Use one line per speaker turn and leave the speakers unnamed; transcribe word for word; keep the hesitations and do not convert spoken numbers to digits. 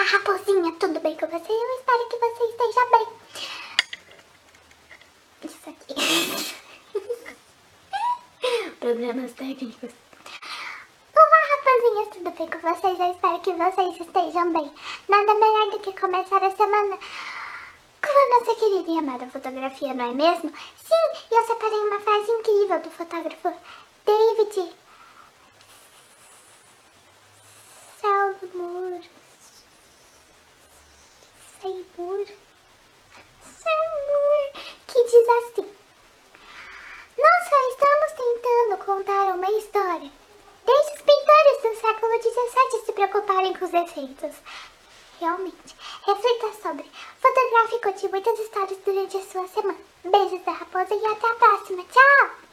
raposinha, tudo bem com você? Eu espero que você esteja bem. Isso aqui. Problemas técnicos. Olá, raposinhas, tudo bem com vocês? Eu espero que vocês estejam bem. Nada melhor do que começar a semana com a nossa querida e amada fotografia, não é mesmo? Sim, eu separei uma frase incrível do fotógrafo David Seymour. Seymour. Seymour. Que diz assim: nós só estamos tentando contar uma história. Deixe os pintores do século dezessete se preocuparem com os efeitos. Realmente, reflita sobre. Fotografe e conte muitas histórias durante a sua semana. Beijos da raposa e até a próxima. Tchau!